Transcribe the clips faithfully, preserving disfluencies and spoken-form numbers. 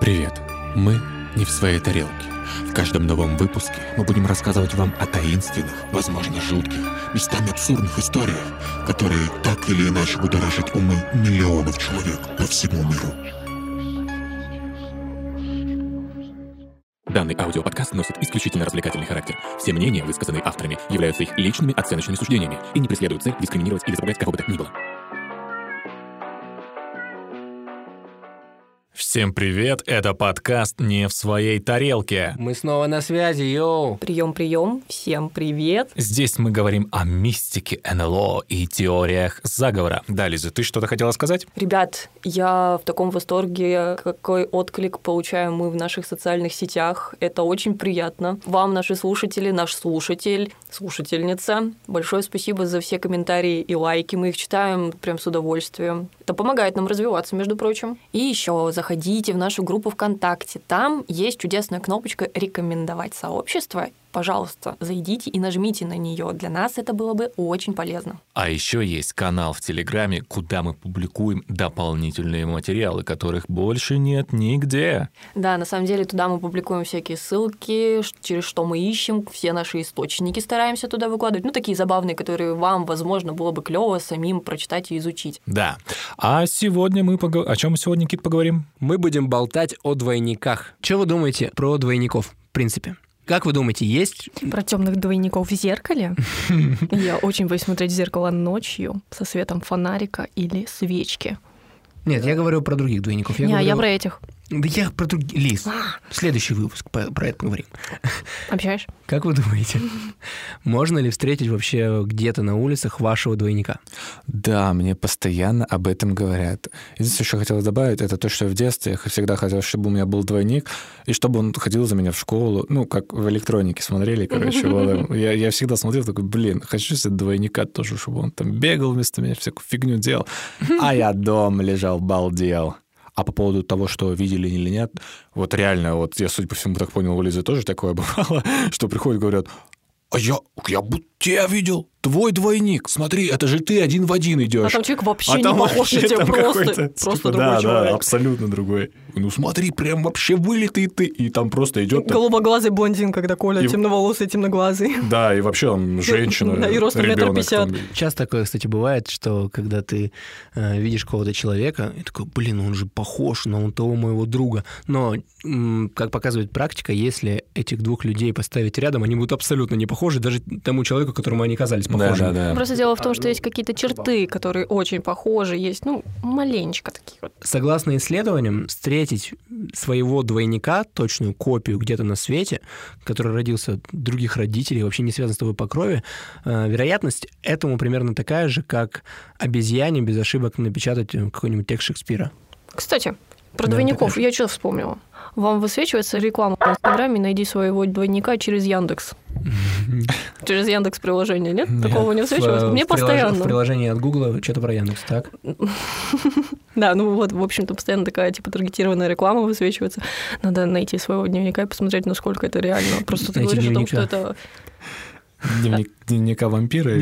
Привет, мы не в своей тарелке. В каждом новом выпуске мы будем рассказывать вам о таинственных, возможно, жутких, местами абсурдных историях, которые так или иначе будоражат умы миллионов человек по всему миру. Данный аудиоподкаст носит исключительно развлекательный характер. Все мнения, высказанные авторами, являются их личными оценочными суждениями и не преследуют цель дискриминировать или запугать кого бы то ни было. Всем привет, это подкаст «Не в своей тарелке». Мы снова на связи, йоу! Прием-прием, всем привет! Здесь мы говорим о мистике, эн эл о и теориях заговора. Да, Лиза, ты что-то хотела сказать? Ребят, я в таком восторге, какой отклик получаем мы в наших социальных сетях. Это очень приятно. Вам, наши слушатели, наш слушатель, слушательница, большое спасибо за все комментарии и лайки. Мы их читаем прям с удовольствием. Это помогает нам развиваться, между прочим. И еще заходите в нашу группу ВКонтакте. Там есть чудесная кнопочка «Рекомендовать сообщество». Пожалуйста, зайдите и нажмите на нее. Для нас это было бы очень полезно. А еще есть канал в Телеграме, куда мы публикуем дополнительные материалы, которых больше нет нигде. Да, на самом деле туда мы публикуем всякие ссылки, через что мы ищем, все наши источники стараемся туда выкладывать. Ну, такие забавные, которые вам, возможно, было бы клево самим прочитать и изучить. Да. А сегодня мы поговорим... О чем мы сегодня, Никит, поговорим? Мы будем болтать о двойниках. Что вы думаете про двойников, в принципе? Как вы думаете, есть... Про темных двойников в зеркале? Я очень боюсь смотреть в зеркало ночью со светом фонарика или свечки. Нет, я говорю про других двойников. Я Не, говорю... я про этих. Да я про других... Лиз, следующий выпуск про это поговорим. Общаешь? Как вы думаете, можно ли встретить вообще где-то на улицах вашего двойника? Да, мне постоянно об этом говорят. Единственное, что я хотел добавить, это то, что в детстве я всегда хотел, чтобы у меня был двойник, и чтобы он ходил за меня в школу, ну, как в электронике смотрели, короче. Вот. Я, я всегда смотрел, такой, блин, хочу себе двойника тоже, чтобы он там бегал вместо меня, всякую фигню делал. А я дома лежал, балдел. А по поводу того, что видели или нет, вот реально, вот я, судя по всему, так понял, у Лизы тоже такое бывало, что приходят, говорят, а я, я будто тебя видел, твой двойник, смотри, это же ты один в один идешь. А там человек вообще а не там похож на тебя, просто, просто типа, другой да, человек. Да, абсолютно другой. Ну смотри, прям вообще вылитый ты, и там просто идет. Голубоглазый блондин, когда Коля и... темноволосый, темноглазый. Да, и вообще там женщина, да, и ростом метр пятьдесят. Часто такое, кстати, бывает, что когда ты э, видишь какого-то человека, и такой, блин, он же похож на того моего друга. Но, м, как показывает практика, если этих двух людей поставить рядом, они будут абсолютно не похожи даже тому человеку, которому они казались похожими. Да, да, да. Просто дело в том, что есть какие-то черты, которые очень похожи, есть, ну, маленечко такие вот. Согласно исследованиям, встретить своего двойника, точную копию где-то на свете, который родился от других родителей, вообще не связан с тобой по крови, э, вероятность этому примерно такая же, как обезьяне без ошибок напечатать какой-нибудь текст Шекспира. Кстати, про Да, двойников такая... я что вспомнила? Вам высвечивается реклама в Инстаграме, найди своего двойника через Яндекс. Через Яндекс приложение, нет? Такого не высвечивалось? Мне постоянно. В приложении от Гугла что-то про Яндекс, так? Да, ну вот, в общем-то, постоянно такая, типа, таргетированная реклама высвечивается. Надо найти своего дневника и посмотреть, насколько это реально. Просто ты говоришь о том, что это... Дневник, дневника вампира?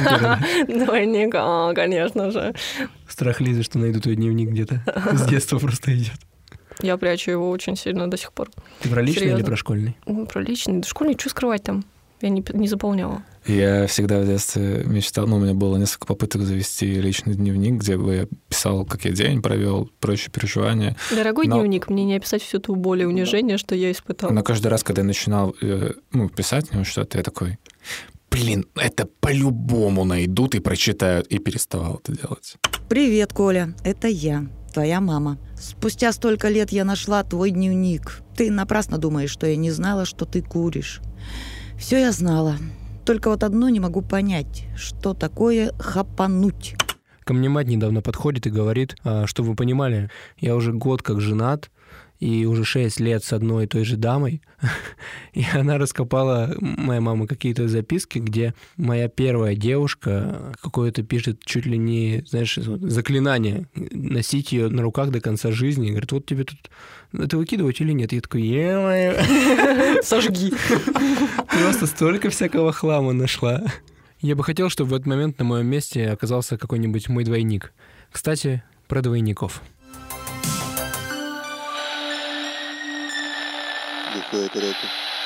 Двойника, конечно же. Страх Лизы, что найду твой дневник где-то. С детства просто идет. Я прячу его очень сильно до сих пор. Ты про личный Серьезно? Или про школьный? Ну, про личный. Школьный, что скрывать там? Я не, не заполняла. Я всегда в детстве мечтал, ну, у меня было несколько попыток завести личный дневник, где бы я писал, как я день провел, прочие переживания. Дорогой Но... дневник, мне не описать всю ту боль и унижение, что я испытала. Но каждый раз, когда я начинал э, ну, писать ну, что-то, я такой, блин, это по-любому найдут и прочитают, и переставал это делать. Привет, Коля, это я, твоя мама. Спустя столько лет я нашла твой дневник. Ты напрасно думаешь, что я не знала, что ты куришь. Все я знала. Только вот одно не могу понять, что такое хапануть. Ко мне мать недавно подходит и говорит, что вы понимали, я уже год как женат, и уже шесть лет с одной и той же дамой. И она раскопала, моя мама, какие-то записки, где моя первая девушка какое-то пишет чуть ли не, знаешь, заклинание, носить ее на руках до конца жизни. И говорит, вот тебе тут это выкидывать или нет? И я такой, е-мое. Сожги. Просто столько всякого хлама нашла. Я бы хотел, чтобы в этот момент на моем месте оказался какой-нибудь мой двойник. Кстати, про двойников. в своей тарелке.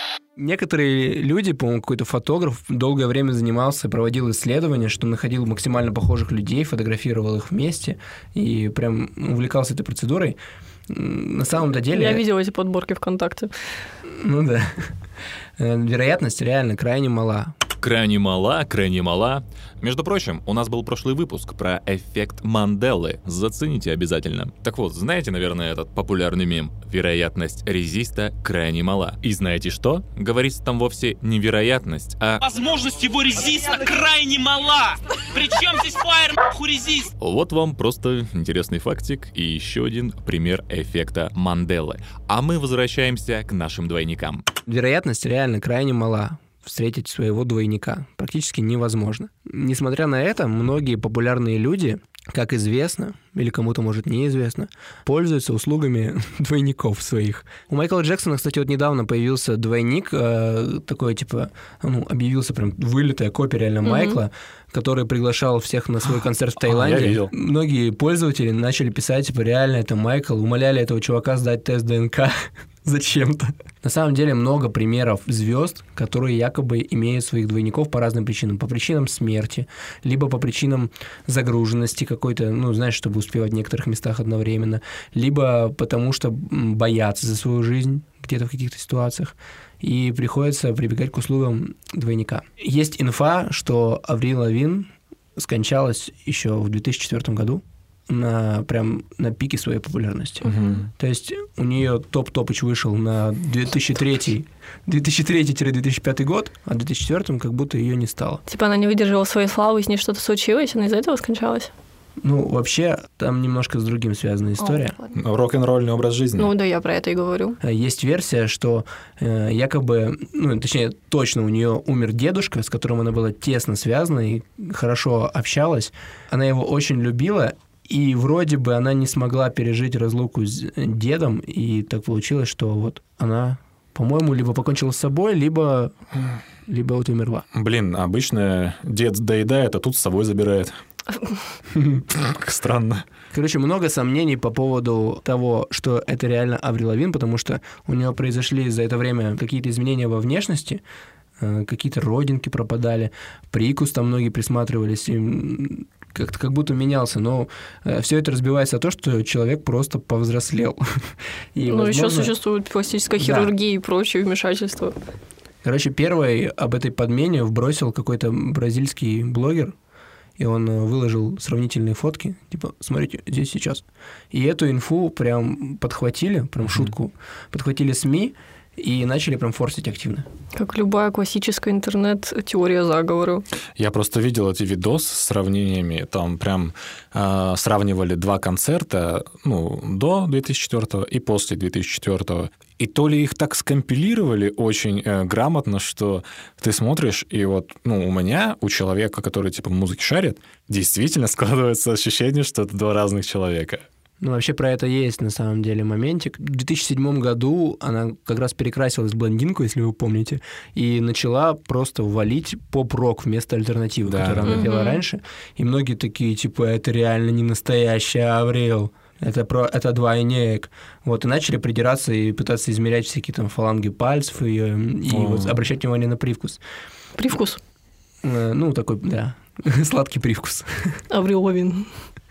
Некоторые люди, по-моему, какой-то фотограф долгое время занимался, проводил исследования, что находил максимально похожих людей, фотографировал их вместе и прям увлекался этой процедурой. На самом-то деле... Я видела эти подборки ВКонтакте. Ну да. Вероятность реально крайне мала. Крайне мала, крайне мала. Между прочим, у нас был прошлый выпуск про эффект Манделы. Зацените обязательно. Так вот, знаете, наверное, этот популярный мем? Вероятность резиста крайне мала. И знаете что? Говорится там вовсе не вероятность, а... Возможность его резиста крайне мала! Причем здесь фаер нахуй резист? Вот вам просто интересный фактик и еще один пример эффекта Манделы. А мы возвращаемся к нашим двойникам. Вероятность реально крайне мала. Встретить своего двойника практически невозможно. Несмотря на это, многие популярные люди, как известно, или кому-то, может, неизвестно, пользуются услугами двойников своих. У Майкла Джексона, кстати, вот недавно появился двойник, э, такой, типа, ну, объявился прям вылитая копия реально mm-hmm. Майкла, который приглашал всех на свой концерт в Таиланде. А, я видел. Многие пользователи начали писать, типа, реально это Майкл, умоляли этого чувака сдать тест ДНК зачем-то. На самом деле много примеров звезд, которые якобы имеют своих двойников по разным причинам. По причинам смерти, либо по причинам загруженности какой-то, ну, знаешь, чтобы успевать в некоторых местах одновременно, либо потому что боятся за свою жизнь где-то в каких-то ситуациях, и приходится прибегать к услугам двойника. Есть инфа, что Аврил Лавин скончалась еще в две тысячи четвёртом году, на прям на пике своей популярности. Угу. То есть у нее топ-топыч вышел на две тысячи третий две тысячи третий - две тысячи пятый год, а в две тысячи четвёртом как будто ее не стало. Типа она не выдержала своей славы, с ней что-то случилось, она из-за этого скончалась? Ну, вообще, там немножко с другим связана история. О, рок-н-ролльный образ жизни. Ну да, я про это и говорю. Есть версия, что э, якобы, ну, точнее, точно у нее умер дедушка, с которым она была тесно связана и хорошо общалась. Она его очень любила, и вроде бы она не смогла пережить разлуку с дедом, и так получилось, что вот она, по-моему, либо покончила с собой, либо, либо вот умерла. Блин, обычно дед доедает, а тут с собой забирает. Странно. Короче, много сомнений по поводу того, что это реально Аврил Лавин, потому что у нее произошли за это время какие-то изменения во внешности, какие-то родинки пропадали, прикус там многие присматривались, и как-то как будто менялся, но все это разбивается о том, что человек просто повзрослел. И, ну, возможно... еще существует пластическая хирургия да. и прочие вмешательства. Короче, первый об этой подмене вбросил какой-то бразильский блогер, и он выложил сравнительные фотки, типа, смотрите, здесь сейчас. И эту инфу прям подхватили, прям шутку, подхватили СМИ, и начали прям форсить активно. Как любая классическая интернет-теория заговора. Я просто видел эти видосы с сравнениями. Там прям э, сравнивали два концерта, ну, до две тысячи четвёртого и после две тысячи четвёртого. И то ли их так скомпилировали очень э, грамотно, что ты смотришь, и вот, ну, у меня, у человека, который, типа, в музыке шарит, действительно складывается ощущение, что это два разных человека. Ну, вообще про это есть, на самом деле, моментик. В две тысячи седьмом году она как раз перекрасилась в блондинку, если вы помните, и начала просто валить поп-рок вместо альтернативы, да. которую она пела mm-hmm. раньше. И многие такие, типа, это реально не настоящая Аврил. Это, про, это двойник. Вот, и начали придираться и пытаться измерять всякие там фаланги пальцев и, и вот обращать внимание на привкус. Привкус? Ну, такой, да, сладкий привкус. Аврил Лавин.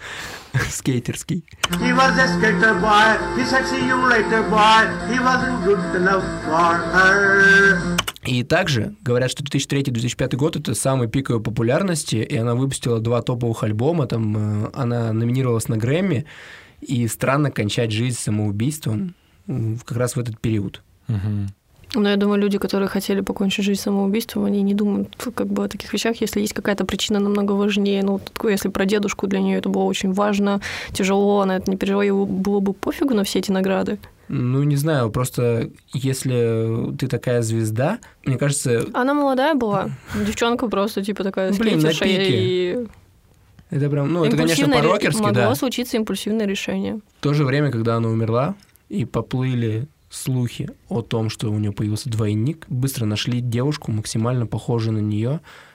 Скейтерский. He was a skater boy, he said see you later boy, he wasn't good enough for her. И также говорят, что две тысячи третий - две тысячи пятый год — это самый пик ее популярности, и она выпустила два топовых альбома, там она номинировалась на Грэмми, и странно кончать жизнь самоубийством как раз в этот период. Угу. Но я думаю, люди, которые хотели покончить жизнь самоубийством, они не думают как бы о таких вещах, если есть какая-то причина намного важнее. Ну, если про дедушку, для нее это было очень важно, тяжело, она это не переживала, ей было бы пофигу на все эти награды. Ну, не знаю, просто если ты такая звезда, мне кажется... Она молодая была, девчонка просто типа такая скейтерша. И... Это прям, ну, это, конечно, по-рокерски, могло да. Могло случиться импульсивное решение. В то же время, когда она умерла, и поплыли слухи о том, что у нее появился двойник, быстро нашли девушку, максимально похожую на нее.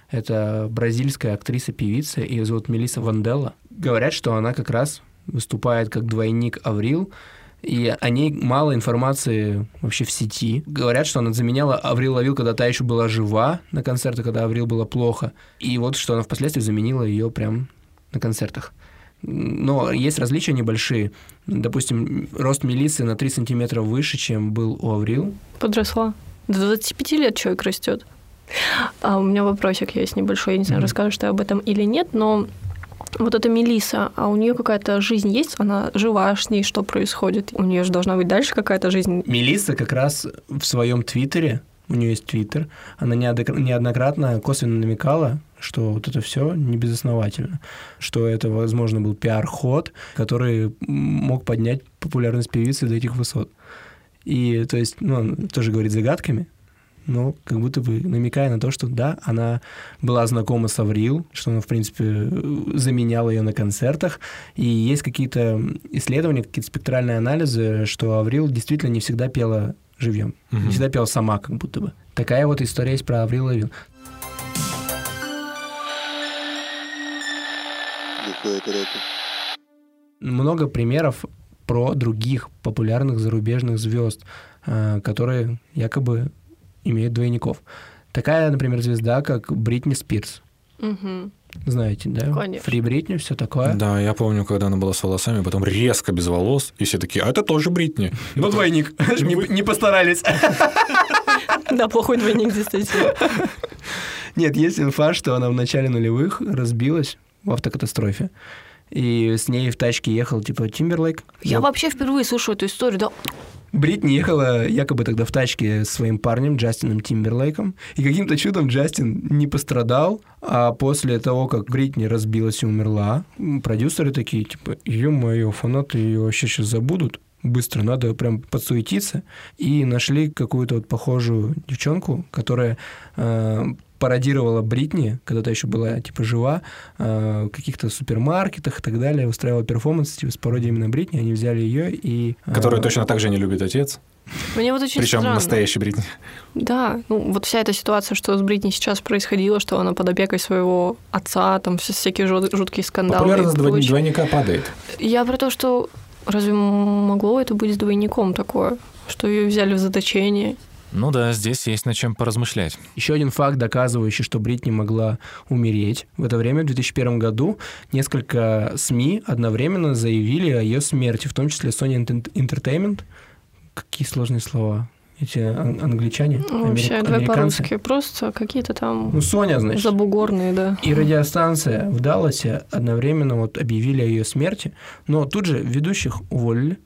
Это бразильская актриса-певица, ее зовут Мелисса Ванделла. Говорят, что она как раз выступает как двойник Аврил, И о ней мало информации вообще в сети. Говорят, что она заменяла Аврил Лавил, когда та еще была жива на концертах, когда Аврил было плохо. И вот что она впоследствии заменила ее прям на концертах. Но есть различия небольшие. Допустим, рост Мелиссы на три сантиметра выше, чем был у Аврил. Подросла. До двадцати пяти лет человек растет. А у меня вопросик есть небольшой. Я не знаю, mm-hmm. расскажешь ты об этом или нет, но вот эта Мелисса, а у нее какая-то жизнь есть? Она жива, с ней что происходит? У нее же должна быть дальше какая-то жизнь. Мелисса как раз в своем твиттере, у нее есть твиттер, она неоднократно косвенно намекала, что вот это все не безосновательно, что это, возможно, был пиар-ход, который мог поднять популярность певицы до этих высот. И, то есть, ну, он тоже говорит загадками, но как будто бы намекая на то, что да, она была знакома с Аврил, что она, в принципе, заменяла ее на концертах. И есть какие-то исследования, какие-то спектральные анализы, что Аврил действительно не всегда пела живьем, угу. не всегда пела сама, как будто бы. Такая вот история есть про Аврил Лавин. Много примеров про других популярных зарубежных звезд, которые якобы имеют двойников. Такая, например, звезда, как Бритни Спирс. Угу. Знаете, да? Конечно. Фри Бритни, все такое. Да, я помню, когда она была с волосами, потом резко без волос, и все такие, а это тоже Бритни. Ну, двойник. Не постарались. Да, плохой двойник, действительно. Нет, есть инфа, что она в начале нулевых разбилась в автокатастрофе. И с ней в тачке ехал, типа, Тимберлейк. Я вообще впервые слышу эту историю, да. Бритни ехала якобы тогда в тачке с своим парнем Джастином Тимберлейком, и каким-то чудом Джастин не пострадал, а после того, как Бритни разбилась и умерла, продюсеры такие, типа, ё-моё, фанаты ее вообще сейчас забудут, быстро, надо прям подсуетиться, и нашли какую-то вот похожую девчонку, которая э, пародировала Бритни, когда та еще была, типа, жива, э, в каких-то супермаркетах и так далее, устраивала перформанс типа, с пародией на Бритни, они взяли ее и... Э, Которую точно так же не любит отец. Мне вот очень Причем странно. Настоящий Бритни. Да, ну вот вся эта ситуация, что с Бритни сейчас происходило, что она под опекой своего отца, там всякие жуткие скандалы. Популярность двойника падает. Я про то, что разве могло это быть с двойником такое, что ее взяли в заточение? Ну да, здесь есть над чем поразмышлять. Еще один факт, доказывающий, что Бритни могла умереть. В это время, в две тысячи первом году, несколько СМИ одновременно заявили о ее смерти, в том числе Sony Entertainment. Какие сложные слова. Эти ан- англичане, ну, вообще, америк- давай американцы. по-русски. Просто какие-то там... Ну, Соня, значит. Забугорные, да. И радиостанция в Далласе одновременно вот объявили о ее смерти, но тут же ведущих уволили.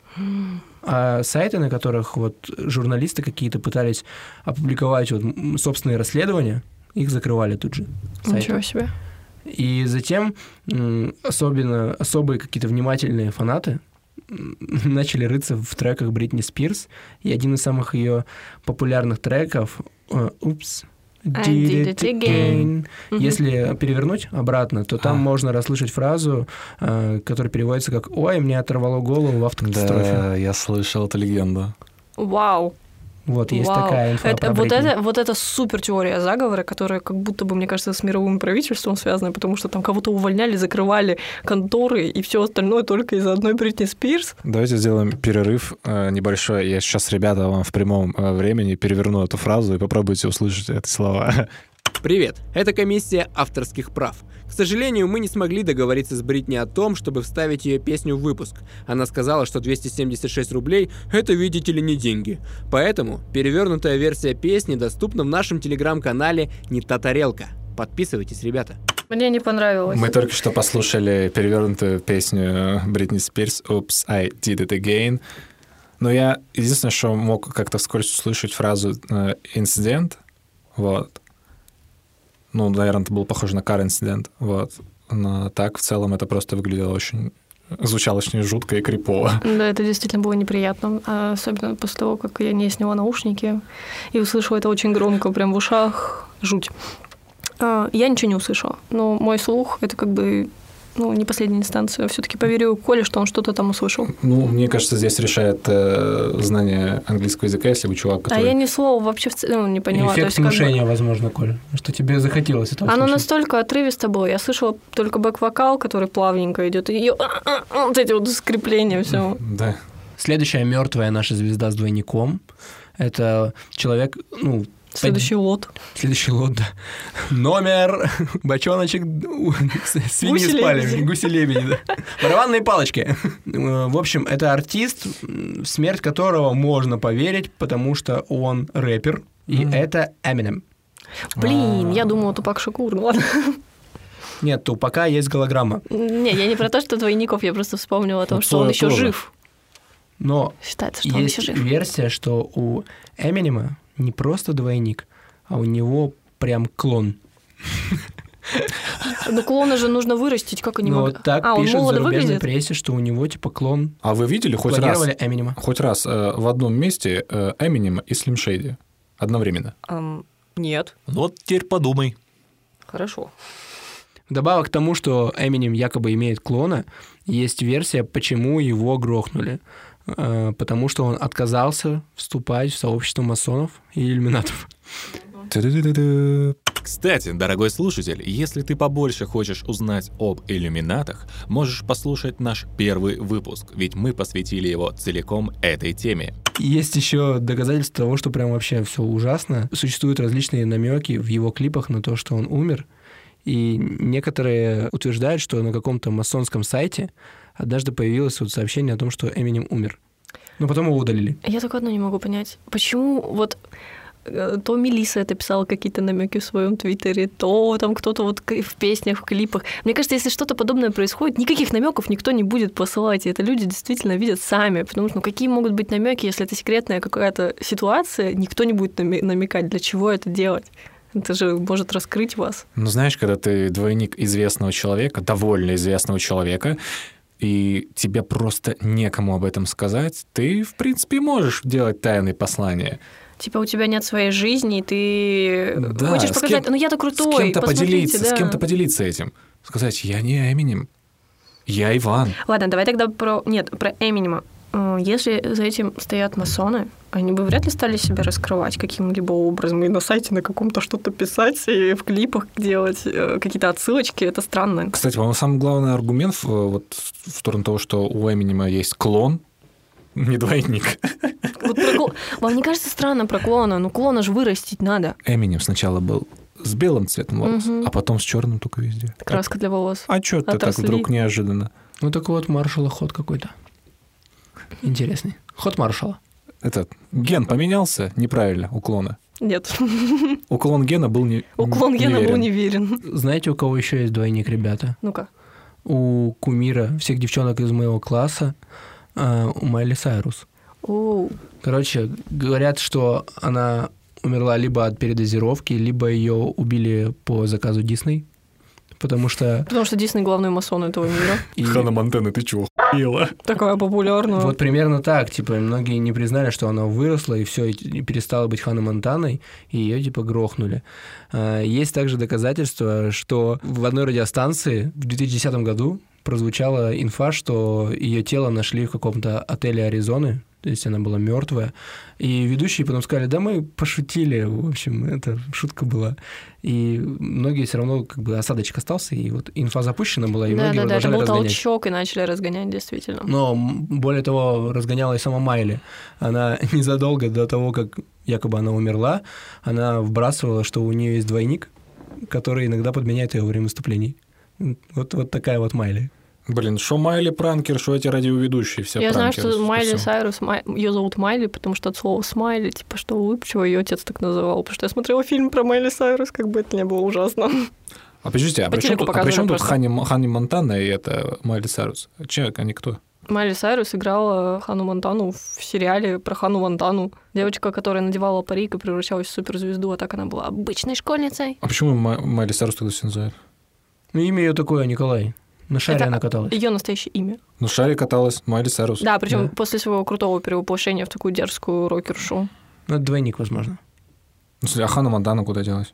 А сайты, на которых вот журналисты какие-то пытались опубликовать вот собственные расследования, их закрывали тут же. Сайты. Ничего себе. И затем особенно особые какие-то внимательные фанаты начали рыться в треках Бритни Спирс, и один из самых ее популярных треков «Oops, did it again». Mm-hmm. Если перевернуть обратно, то там а. можно расслышать фразу, которая переводится как «Ой, мне оторвало голову в автокатастрофе». Да, я слышал эту легенду. Вау. Вот, есть Вау. такая инфа это, про вот, Бритни. это, вот это супер теория заговора, которая как будто бы, мне кажется, с мировым правительством связана, потому что там кого-то увольняли, закрывали конторы и все остальное только из-за одной Бритни Спирс. Давайте сделаем перерыв небольшой. Я сейчас, ребята, вам в прямом времени переверну эту фразу и попробуйте услышать эти слова. Привет, это комиссия авторских прав. К сожалению, мы не смогли договориться с Бритни о том, чтобы вставить ее песню в выпуск. Она сказала, что двести семьдесят шесть рублей – это, видите ли, не деньги. Поэтому перевернутая версия песни доступна в нашем телеграм-канале «Не та тарелка». Подписывайтесь, ребята. Мне не понравилось. Мы только что послушали перевернутую песню Бритни Спирс «Oops, I did it again». Но я единственное, что мог как-то вскользь услышать фразу «инцидент». Вот. Ну, наверное, это было похоже на car-инцидент, вот. Но так, в целом, это просто выглядело очень... Звучало очень жутко и крипово. Да, это действительно было неприятно. Особенно после того, как я не сняла наушники и услышала это очень громко, прям в ушах. Жуть. Я ничего не услышала, но мой слух — это как бы... Ну, не последняя инстанция. Все-таки поверю Коле, что он что-то там услышал. Ну, мне кажется, здесь решает э, знание английского языка, если вы чувак, который... А я ни слова вообще в целом не поняла. Эффект есть, внушения, как бы... возможно, Коля, что тебе захотелось это услышать. Оно настолько отрывисто было. Я слышала только бэк-вокал, который плавненько идет, и вот эти вот скрепления, все. Да. Следующая мертвая наша звезда с двойником. Это человек, ну... Следующий под... лот. Следующий лот, да. Номер бочоночек свиньи спали, гуси-лебеди, да. Барабанные палочки. В общем, это артист, в смерть которого можно поверить, потому что он рэпер, и mm. это Eminem. Блин, я думала, Тупак Шакур, ну ладно. Нет, Тупака есть голограмма. Не, я не про то, что двойников, я просто вспомнила о том, что он еще жив. Но считается, что он еще жив. Есть версия, что у Эминема не просто двойник, а у него прям клон. Ну, клона же нужно вырастить, как они могут... Ну, так а, пишут в зарубежной прессе, что у него типа клон. А вы видели хоть раз, Эминема. хоть раз э, в одном месте э, Эминема и Слим Шейди одновременно? Um, нет. Ну, вот теперь подумай. Хорошо. Вдобавок к тому, что Эминем якобы имеет клона, есть версия, почему его грохнули. Потому что он отказался вступать в сообщество масонов и иллюминатов. Кстати, дорогой слушатель, если ты побольше хочешь узнать об иллюминатах, можешь послушать наш первый выпуск, ведь мы посвятили его целиком этой теме. Есть еще доказательства того, что прям вообще все ужасно. Существуют различные намеки в его клипах на то, что он умер. И некоторые утверждают, что на каком-то масонском сайте однажды появилось вот сообщение о том, что Эминем умер. Но потом его удалили. Я только одно не могу понять. Почему вот то Мелисса это писала какие-то намеки в своем твиттере, то там кто-то вот в песнях, в клипах. Мне кажется, если что-то подобное происходит, никаких намеков никто не будет посылать. И это люди действительно видят сами. Потому что ну, какие могут быть намеки, если это секретная какая-то ситуация, никто не будет намекать, для чего это делать. Это же может раскрыть вас. Ну, знаешь, когда ты двойник известного человека, довольно известного человека, и тебе просто некому об этом сказать, ты, в принципе, можешь делать тайные послания. Типа у тебя нет своей жизни, и ты да, хочешь показать, кем, ну я-то крутой, с кем-то поделиться, да. с кем-то поделиться этим. Сказать, я не Эминем, я Иван. Ладно, давай тогда про... Нет, про Эминема. Если за этим стоят масоны, они бы вряд ли стали себя раскрывать каким-либо образом и на сайте на каком-то что-то писать, и в клипах делать какие-то отсылочки. Это странно. Кстати, по-моему, самый главный аргумент вот, в сторону того, что у Эминема есть клон, не двойник. Вот про... Вам не кажется странно про клона? Ну, клона же вырастить надо. Эминем сначала был с белым цветом волос, угу. а потом с черным только везде. Краска как? Для волос. А что ты так вдруг неожиданно? Ну, так вот, маршала ход какой-то. Интересный. Ход маршала. Этот ген поменялся неправильно у клона? Нет. Уклон гена был не Уклон не гена неверен. был неверен. Знаете, у кого еще есть двойник, ребята? Ну-ка. У кумира всех девчонок из моего класса, у Майли Сайрус. Оу. Короче, говорят, что она умерла либо от передозировки, либо ее убили по заказу Дисней. Потому что... Потому что Дисней главный масон этого мира. И... Ханна Монтана, ты чего, охуела? Такая популярная. Вот примерно так. Типа, многие не признали, что она выросла, и все, и перестала быть Ханной Монтаной, и ее, типа, грохнули. Есть также доказательства, что в одной радиостанции в две тысячи десятом году прозвучала инфа, что ее тело нашли в каком-то отеле Аризоны, то есть она была мертвая. И ведущие потом сказали, да мы пошутили, в общем, это шутка была. И многие все равно, как бы, осадочек остался, и вот инфа запущена была, и да, многие да, продолжали да, это был разгонять. толчок, и начали разгонять, действительно. Но, более того, разгоняла и сама Майли. Она незадолго до того, как якобы она умерла, она вбрасывала, что у нее есть двойник, который иногда подменяет ее во время выступлений. Вот, вот такая вот Майли. Блин, что Майли пранкер, что эти радиоведущие все Я пранкеры. знаю, что Майли всё. Сайрус, Май... ее зовут Майли, потому что от слова смайли, типа, что улыбчиво, ее отец так называл. Потому что я смотрела фильм про Майли Сайрус, как бы это не было ужасно. А подождите, а По при чем тут, а при чем тут просто. Ханни, Ханни Монтана и это Майли Сайрус? Человек, они кто? Майли Сайрус играла Ханну Монтану в сериале про Ханну Монтану. Девочка, которая надевала парик и превращалась в суперзвезду, а так она была обычной школьницей. А почему Май- Майли Сайрус тогда все называют? Ну, имя ее такое, Николай. На шаре Это она каталась. Ее настоящее имя. Ну, в шаре каталась Майли Сайрус. Да, причем Да. после своего крутого перевоплощения в такую дерзкую рокершу. Ну, это двойник, возможно. Ну, а Ханна Монтана куда делась?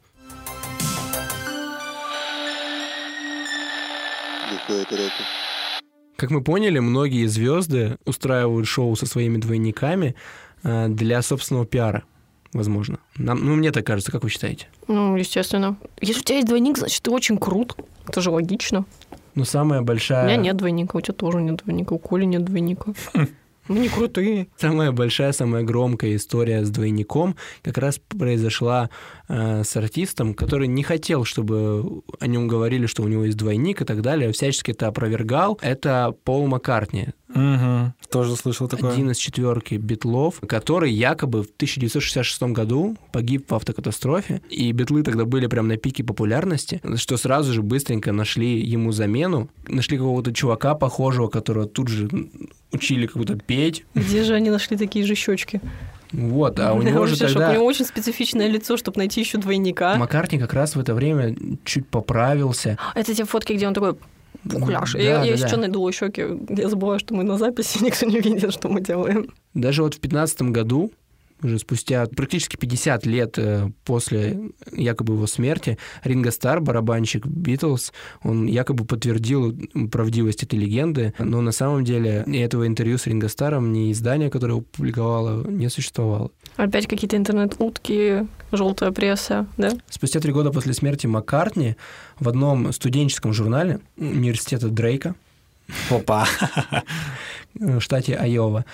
Как мы поняли, многие звезды устраивают шоу со своими двойниками э, для собственного пиара, возможно. Нам, ну, мне так кажется, как вы считаете? Ну, естественно. Если у тебя есть двойник, значит, ты очень крут. Это же логично. Ну, самая большая... У меня нет двойника, у тебя тоже нет двойника, у Коли нет двойника. Мы не крутые. Самая большая, самая громкая история с двойником как раз произошла э, с артистом, который не хотел, чтобы о нем говорили, что у него есть двойник и так далее, всячески это опровергал. Это Пол Маккартни. Угу. Тоже слышал такое. Один из четверки Битлов, который якобы в тысяча девятьсот шестьдесят шестом году погиб в автокатастрофе, и Битлы тогда были прям на пике популярности, что сразу же быстренько нашли ему замену, нашли какого-то чувака похожего, которого тут же учили как-то петь. Где же они нашли такие же щечки? Вот, а у него же тогда... У него очень специфичное лицо, чтобы найти еще двойника. Маккартни как раз в это время чуть поправился. Это те фотки, где он такой... Пухляш. Да, я да, я да. еще найду щеки. Я забываю, что мы на записи, никто не видит, что мы делаем. Даже вот в пятнадцатом году, уже спустя практически пятьдесят лет после якобы его смерти, Ринго Старр, барабанщик Битлз, он якобы подтвердил правдивость этой легенды, но на самом деле ни этого интервью с Ринго Старром, ни издания, которое его публиковало, не существовало. Опять какие-то интернет-утки, желтая пресса, да? Спустя три года после смерти Маккартни в одном студенческом журнале университета Дрейка Опа. в штате Айова.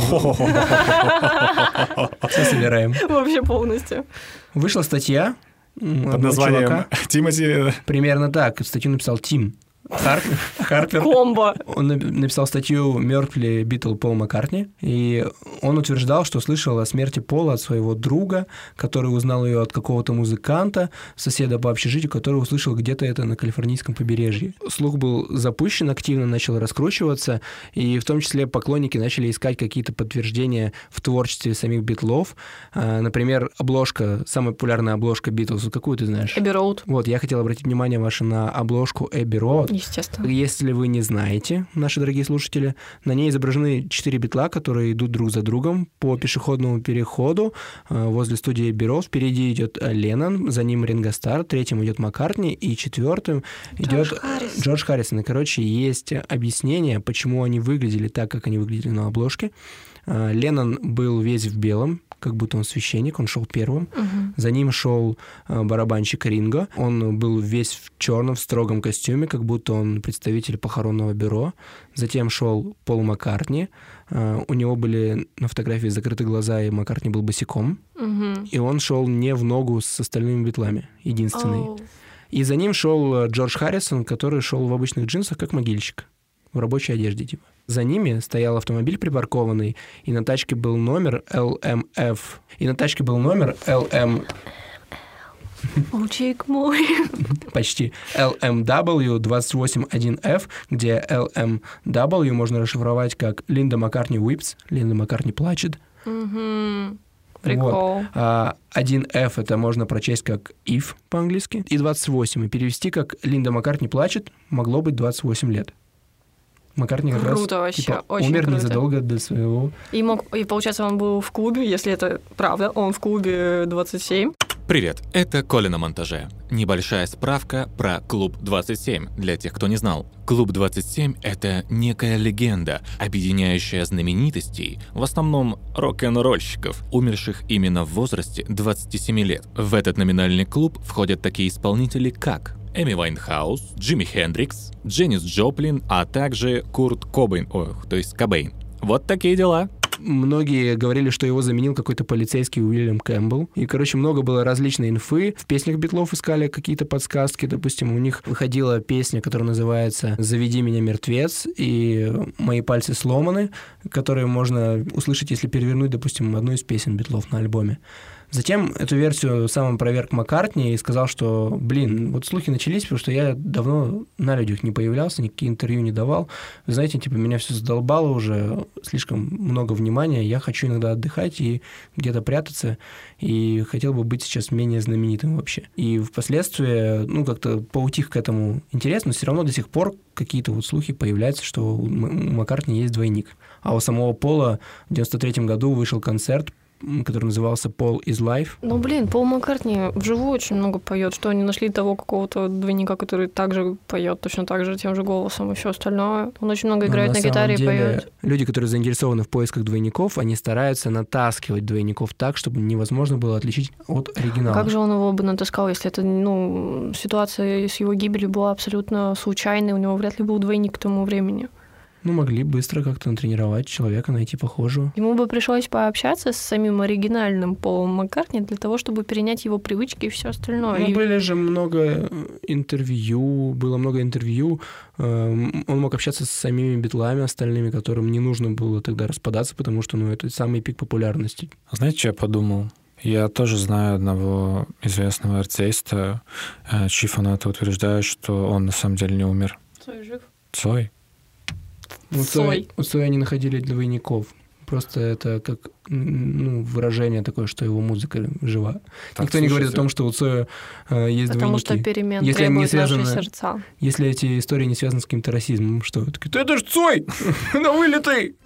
Все собираем. Вообще полностью. Вышла статья под названием Тимоти. Примерно так. Статью написал Тим Харпер. Харпер. Комбо. Он написал статью «Мертв ли Битл Пол Маккартни», и он утверждал, что слышал о смерти Пола от своего друга, который узнал ее от какого-то музыканта, соседа по общежитию, который услышал где-то это на калифорнийском побережье. Слух был запущен, активно начал раскручиваться, и в том числе поклонники начали искать какие-то подтверждения в творчестве самих Битлов. Например, обложка, самая популярная обложка Битлз, какую ты знаешь? Эбби Роуд. Вот, я хотел обратить внимание ваше на обложку Эбби Роуд. Естественно. Если вы не знаете, наши дорогие слушатели, на ней изображены четыре Битла, которые идут друг за другом по пешеходному переходу возле студии Эбби Роуд. Впереди идет Леннон, за ним Ринго Старр, третьим идет Маккартни, и четвертым идет Харрисон. Джордж Харрисон. И, короче, есть объяснение, почему они выглядели так, как они выглядели на обложке. Леннон был весь в белом, как будто он священник, он шел первым. Угу. За ним шел барабанщик Ринго. Он был весь в черном, в строгом костюме, как будто он представитель похоронного бюро. Затем шел Пол Маккартни. У него были на фотографии закрыты глаза, и Маккартни был босиком. Угу. И он шел не в ногу с остальными Битлами, единственный. Oh. И за ним шел Джордж Харрисон, который шел в обычных джинсах, как могильщик, в рабочей одежде типа. За ними стоял автомобиль припаркованный, и на тачке был номер эл эм эф. И на тачке был номер эл эм... Мальчик мой. Почти. эл эм дабл ю двадцать восемь один эф, где эл эм дабл ю можно расшифровать как Линда Маккартни Weeps, Линда Маккартни плачет. Угу. Прикол. Вот. А один эф это можно прочесть как if по-английски, и двадцать восемь, и перевести как Линда Маккартни плачет могло быть двадцать восемь лет. Маккартни как круто, раз вообще, типа, очень умер круто. незадолго до своего... И, мог, и получается, он был в клубе, если это правда, он в клубе двадцать семь. Привет, это Коля на монтаже. Небольшая справка про Клуб двадцать семь, для тех, кто не знал. Клуб двадцать семь — это некая легенда, объединяющая знаменитостей, в основном рок-н-ролльщиков, умерших именно в возрасте двадцати семи лет. В этот номинальный клуб входят такие исполнители, как Эми Вайнхаус, Джимми Хендрикс, Дженнис Джоплин, а также Курт Кобейн, ох, то есть Кобейн. Вот такие дела. Многие говорили, что его заменил какой-то полицейский Уильям Кэмпбелл. И, короче, много было различной инфы. В песнях Битлов искали какие-то подсказки. Допустим, у них выходила песня, которая называется «Заведи меня, мертвец», и «Мои пальцы сломаны», которые можно услышать, если перевернуть, допустим, одну из песен Битлов на альбоме. Затем эту версию сам опроверг Маккартни и сказал, что, блин, вот слухи начались, потому что я давно на людях не появлялся, никакие интервью не давал. Вы знаете, типа, меня все задолбало уже, слишком много внимания, я хочу иногда отдыхать и где-то прятаться, и хотел бы быть сейчас менее знаменитым вообще. И впоследствии, ну, как-то поутих к этому интерес, но все равно до сих пор какие-то вот слухи появляются, что у Маккартни есть двойник. А у самого Пола в девяносто третьем году вышел концерт, который назывался «Paul is Life». Ну, блин, Пол Маккартни вживую очень много поет, что они нашли того какого-то двойника, который также поет точно так же, тем же голосом и все остальное. Он очень много играет на, на гитаре деле, и поет. Люди, которые заинтересованы в поисках двойников, они стараются натаскивать двойников так, чтобы невозможно было отличить от оригинала. Как же он его бы натаскал, если это, ну, ситуация с его гибелью была абсолютно случайной, у него вряд ли был двойник к тому времени. Ну, могли быстро как-то натренировать человека, найти похожего. Ему бы пришлось пообщаться с самим оригинальным Полом Маккартни для того, чтобы перенять его привычки и все остальное. Ну, И- были же много интервью, было много интервью. Эм, Он мог общаться с самими битлами остальными, которым не нужно было тогда распадаться, потому что, ну, это самый пик популярности. Знаете, что я подумал? Я тоже знаю одного известного артиста, э, чьи фанаты утверждают, что он на самом деле не умер. Цой жив. Цой? У Цоя, у Цоя они находили двойников. Просто это как ну, выражение такое, что его музыка жива. Так, Никто не говорит о слушайте. том, что у Цоя э, есть Потому двойники. что перемен Если они не требуют наши связаны- сердца. Если эти истории не связаны с каким-то расизмом, что такие, ты это ж Цой! На вылеты!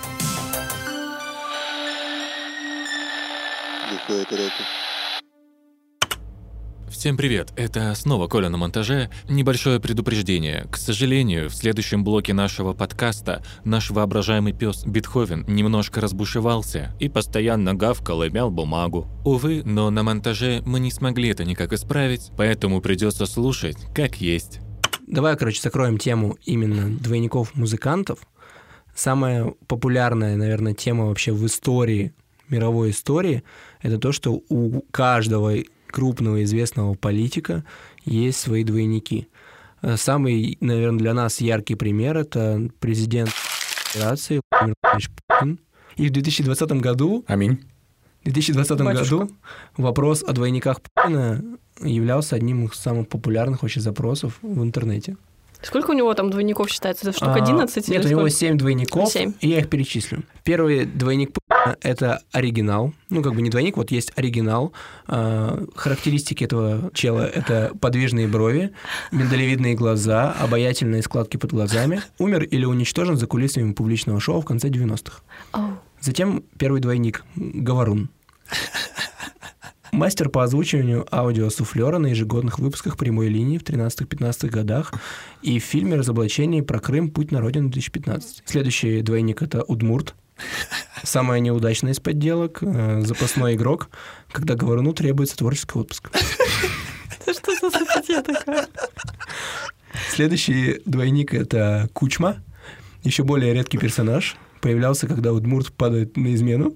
Всем привет, это снова Коля на монтаже. Небольшое предупреждение. К сожалению, в следующем блоке нашего подкаста наш воображаемый пес Бетховен немножко разбушевался и постоянно гавкал и мял бумагу. Увы, но на монтаже мы не смогли это никак исправить, поэтому придется слушать как есть. Давай, короче, закроем тему именно двойников музыкантов. Самая популярная, наверное, тема вообще в истории, мировой истории, это то, что у каждого крупного известного политика есть свои двойники. Самый, наверное, для нас яркий пример — это президент Федерации Владимир Владимирович Путин. И в две тысячи двадцатом году, Аминь. в две тысячи двадцатом Батюшка. году вопрос о двойниках Путина являлся одним из самых популярных вообще запросов в интернете. Сколько у него там двойников считается? Это штук А, одиннадцать Нет, или у него сколько? семь двойников, Семь. и я их перечислю. Первый двойник Путина — это оригинал. Ну, как бы не двойник, вот есть оригинал. А, характеристики этого чела — это подвижные брови, миндалевидные глаза, обаятельные складки под глазами. Умер или уничтожен за кулисами публичного шоу в конце девяностых. Оу. Затем первый двойник — Говорун. Мастер по озвучиванию аудиосуфлера на ежегодных выпусках «Прямой линии» в тринадцатых-пятнадцатых годах и в фильме «Разоблачение про Крым. Путь на родину» две тысячи пятнадцатый. Следующий двойник — это Удмурт. Самая неудачная из подделок. э, Запасной игрок, когда Говоруну требуется творческий отпуск. Это что за статья такая? Следующий двойник — это Кучма. Еще более редкий персонаж. Появлялся, когда Удмурт падает на измену.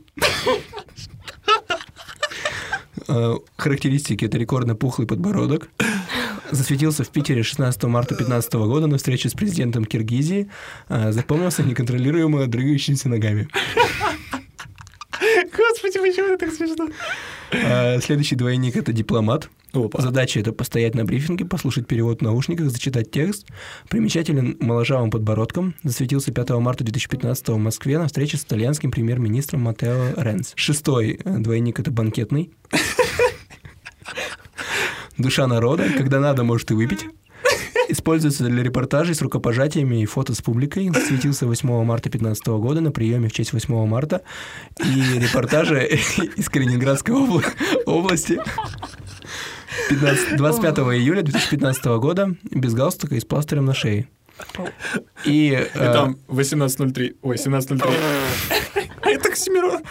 Э, Характеристики — это рекордно пухлый подбородок. Засветился в Питере шестнадцатого марта две тысячи пятнадцатого года на встрече с президентом Киргизии. Э, Запомнился неконтролируемо дрыгающимися ногами. Господи, почему это так смешно? Э, Следующий двойник — это дипломат. Опа. Задача — это постоять на брифинге, послушать перевод в наушниках, зачитать текст. Примечателен моложавым подбородком. Засветился пятого марта две тысячи пятнадцатого в Москве на встрече с итальянским премьер-министром Матео Ренци. Шестой э, двойник — это банкетный. Душа народа. Когда надо, может и выпить. Используется для репортажей с рукопожатиями и фото с публикой. Засветился восьмого марта две тысячи пятнадцатого года на приеме в честь восьмого марта. И репортажи из Калининградской обла- области. двадцать пятого июля две тысячи пятнадцатого года без галстука и с пластырем на шее. И, И э, там восемнадцать ноль три. Ой, семнадцать ноль три. А это Оксимирон.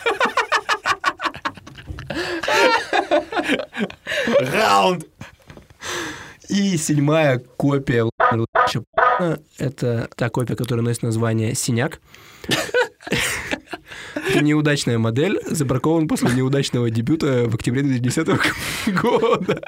Раунд. и седьмая копия Владимира Владимировича Путина — это та копия, которая носит название «Синяк». Это неудачная модель, забракован после неудачного дебюта в октябре две тысячи десятого года.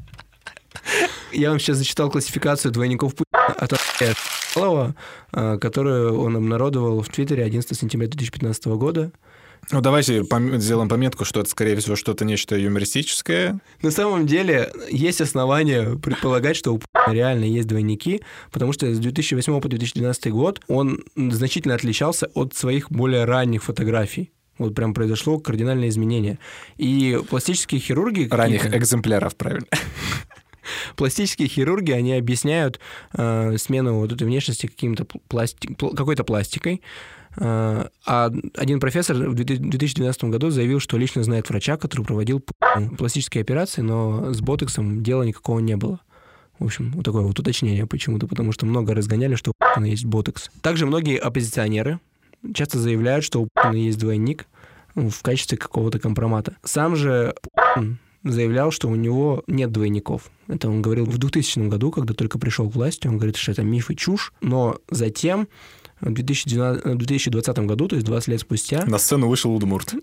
Я вам сейчас зачитал классификацию двойников Путина от Андрея Шалова, которую он обнародовал в Твиттере одиннадцатого сентября две тысячи пятнадцатого года. Ну, давайте пом- сделаем пометку, что это, скорее всего, что-то нечто юмористическое. На самом деле есть основания предполагать, что у Путина реально есть двойники, потому что с две тысячи восьмого по две тысячи двенадцатый год он значительно отличался от своих более ранних фотографий. Вот прям произошло кардинальное изменение. И пластические хирурги... Ранних какие-то- экземпляров, правильно. Пластические хирурги, они объясняют э, смену вот этой внешности каким-то пласти... пл- какой-то пластикой. Э, а один профессор в две тысячи двенадцатом году заявил, что лично знает врача, который проводил пластические операции, но с ботоксом дела никакого не было. В общем, вот такое вот уточнение почему-то, потому что много разгоняли, что у Путина есть ботокс. Также многие оппозиционеры часто заявляют, что у Путина есть двойник ну, в качестве какого-то компромата. Сам же Путин заявлял, что у него нет двойников. Это он говорил в двухтысячном году, когда только пришел к власти. Он говорит, что это миф и чушь. Но затем в две тысячи двадцатом году, то есть двадцать лет спустя... На сцену вышел Удмурт.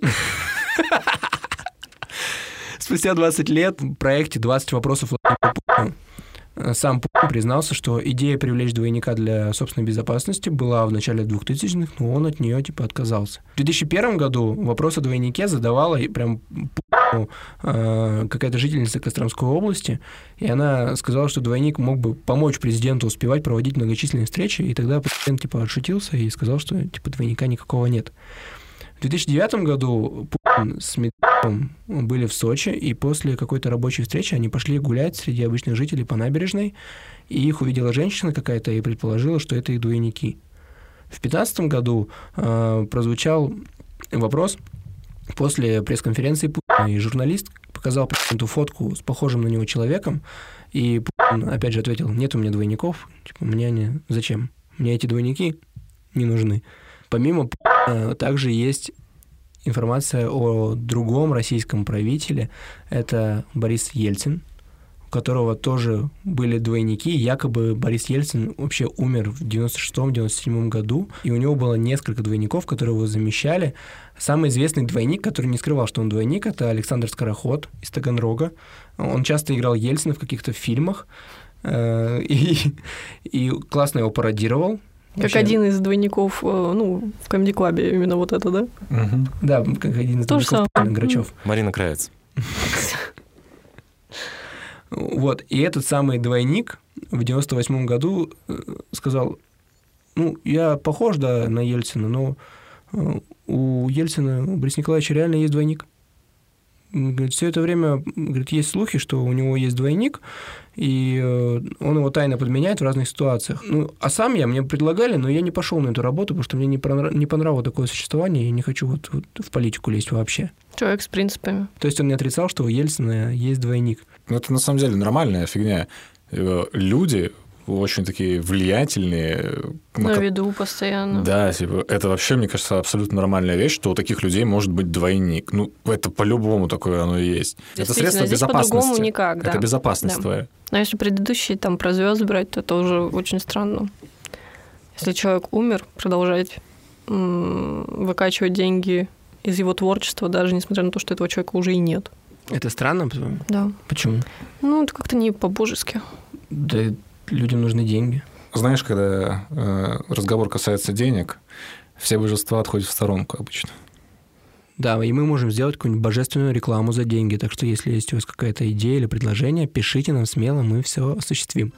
Спустя двадцать лет в проекте «двадцать вопросов Путину» сам Путин признался, что идея привлечь двойника для собственной безопасности была в начале двухтысячных, но он от нее типа отказался. В две тысячи первом году вопрос о двойнике задавала прям Путину э, какая-то жительница Костромской области, и она сказала, что двойник мог бы помочь президенту успевать проводить многочисленные встречи, и тогда президент типа отшутился и сказал, что типа двойника никакого нет. В две тысячи девятом году Путин с Медведевым были в Сочи, и после какой-то рабочей встречи они пошли гулять среди обычных жителей по набережной, и их увидела женщина какая-то и предположила, что это их двойники. В две тысячи пятнадцатом году э, прозвучал вопрос после пресс-конференции Путина, и журналист показал президенту фотку с похожим на него человеком, и Путин опять же ответил: нет у меня двойников, типа, мне они зачем? Мне эти двойники не нужны. Помимо Путина также есть информация о другом российском правителе. Это Борис Ельцин, у которого тоже были двойники. Якобы Борис Ельцин вообще умер в девяносто шестом — девяносто седьмом году, и у него было несколько двойников, которые его замещали. Самый известный двойник, который не скрывал, что он двойник, это Александр Скороход из Таганрога. Он часто играл Ельцина в каких-то фильмах и, и классно его пародировал. Как Вообще... один из двойников, ну, в Comedy Club, именно вот это, да? Угу. Да, как один из двойников Грачев. Марина Кравец. Вот, и этот самый двойник в девяносто восьмом году сказал: ну, я похож, да, на Ельцина, но у Ельцина, у Бориса Николаевича реально есть двойник. Говорит, все это время, говорит, есть слухи, что у него есть двойник, и он его тайно подменяет в разных ситуациях. Ну, а сам я, мне предлагали, но я не пошел на эту работу, потому что мне не, понрав... не понравилось такое существование, и не хочу вот, вот в политику лезть вообще. Человек с принципами. То есть он не отрицал, что у Ельцина есть двойник. Ну, это на самом деле нормальная фигня. Люди очень такие влиятельные. На виду постоянно. Да, типа, это вообще, мне кажется, абсолютно нормальная вещь, что у таких людей может быть двойник. Ну, это по-любому такое оно и есть. Это средство безопасности. По-другому никак, да. Это безопасность да. твоя. Но если предыдущие там про звезд брать, то это уже очень странно. Если человек умер, продолжать м- выкачивать деньги из его творчества, даже несмотря на то, что этого человека уже и нет. Это странно, по-твоему? Да. Почему? Ну, это как-то не по-божески. Да, людям нужны деньги. Знаешь, когда э, разговор касается денег, все божества отходят в сторонку обычно. Да, и мы можем сделать какую-нибудь божественную рекламу за деньги. Так что, если есть у вас какая-то идея или предложение, пишите нам смело, мы все осуществим.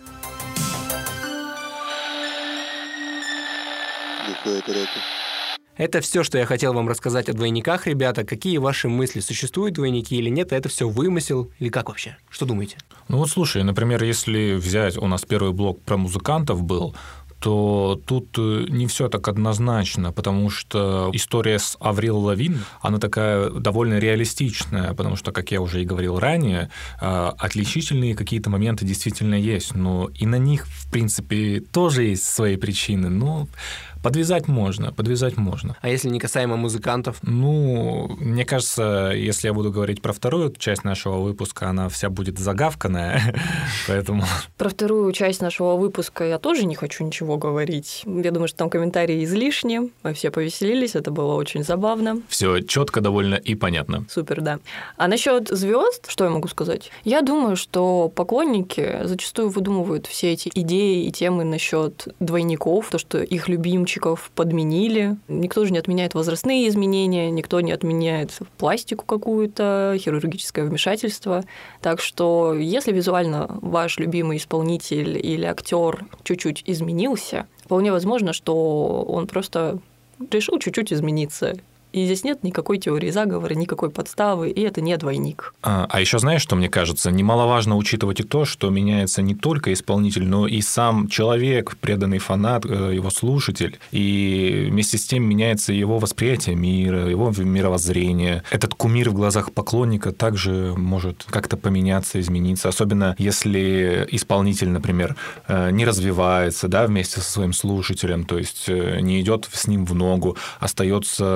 Это все, что я хотел вам рассказать о двойниках, ребята. Какие ваши мысли? Существуют двойники или нет? Это все вымысел? Или как вообще? Что думаете? Ну вот слушай, например, если взять, у нас первый блок про музыкантов был, то тут не все так однозначно, потому что история с Аврил Лавин, она такая довольно реалистичная, потому что, как я уже и говорил ранее, отличительные какие-то моменты действительно есть, но и на них, в принципе, тоже есть свои причины, но подвязать можно, подвязать можно. А если не касаемо музыкантов? Ну, мне кажется, если я буду говорить про вторую часть нашего выпуска, она вся будет загавканная, поэтому... Про вторую часть нашего выпуска я тоже не хочу ничего говорить. Я думаю, что там комментарии излишни, мы все повеселились, это было очень забавно. Все четко, довольно и понятно. Супер, да. А насчет звезд, что я могу сказать? Я думаю, что поклонники зачастую выдумывают все эти идеи и темы насчет двойников, то, что их любимчиков подменили. Никто же не отменяет возрастные изменения, никто не отменяет пластику какую-то, хирургическое вмешательство. Так что, если визуально ваш любимый исполнитель или актер чуть-чуть изменился, вполне возможно, что он просто решил чуть-чуть измениться. И здесь нет никакой теории заговора, никакой подставы, и это не двойник. А, а еще знаешь, что мне кажется? Немаловажно учитывать и то, что меняется не только исполнитель, но и сам человек, преданный фанат, его слушатель. И вместе с тем меняется его восприятие мира, его мировоззрение. Этот кумир в глазах поклонника также может как-то поменяться, измениться. Особенно если исполнитель, например, не развивается, да, вместе со своим слушателем, то есть не идет с ним в ногу, остается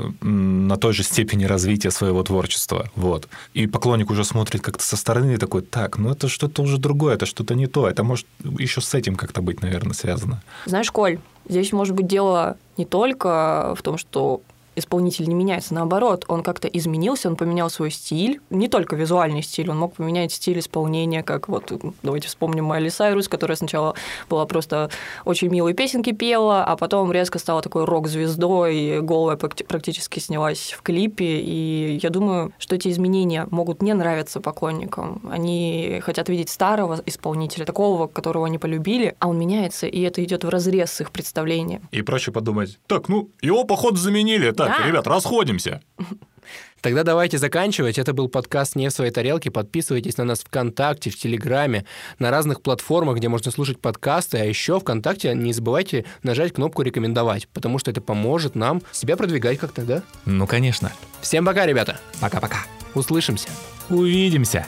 на той же степени развития своего творчества. Вот. И поклонник уже смотрит как-то со стороны и такой, так, ну это что-то уже другое, это что-то не то, это может еще с этим как-то быть, наверное, связано. Знаешь, Коль, здесь может быть дело не только в том, что исполнитель не меняется, наоборот, он как-то изменился, он поменял свой стиль, не только визуальный стиль, он мог поменять стиль исполнения, как вот, давайте вспомним Майли Сайрус, которая сначала была просто очень милые песенки пела, а потом резко стала такой рок-звездой, голая практически снялась в клипе, и я думаю, что эти изменения могут не нравиться поклонникам, они хотят видеть старого исполнителя, такого, которого они полюбили, а он меняется, и это идет вразрез с их представлением. И проще подумать, так, ну, его, походу, заменили, так, Да. ребят, расходимся. Тогда давайте заканчивать. Это был подкаст «Не в своей тарелке». Подписывайтесь на нас в ВКонтакте, в Телеграме, на разных платформах, где можно слушать подкасты. А еще ВКонтакте не забывайте нажать кнопку «Рекомендовать», потому что это поможет нам себя продвигать как-то, да? Ну, конечно. Всем пока, ребята. Пока-пока. Услышимся. Увидимся.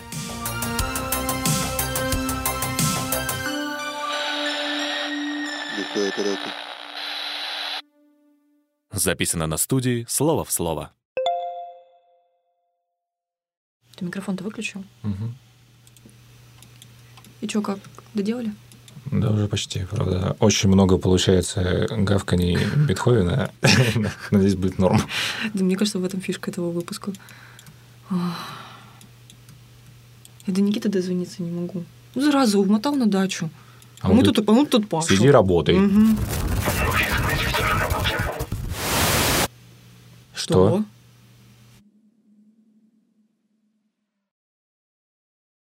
Записано на студии «Слово в слово». Ты микрофон-то выключил? Угу. И что, как, доделали? Да, уже почти, правда. Очень много получается гавканий Бетховена. Надеюсь, будет норм. Да, мне кажется, в этом фишка этого выпуска. Я до Никиты дозвониться не могу. Ну, зараза, умотал на дачу. А, а мы тут, а мы тут Паша. Сиди, работай. Угу. Что?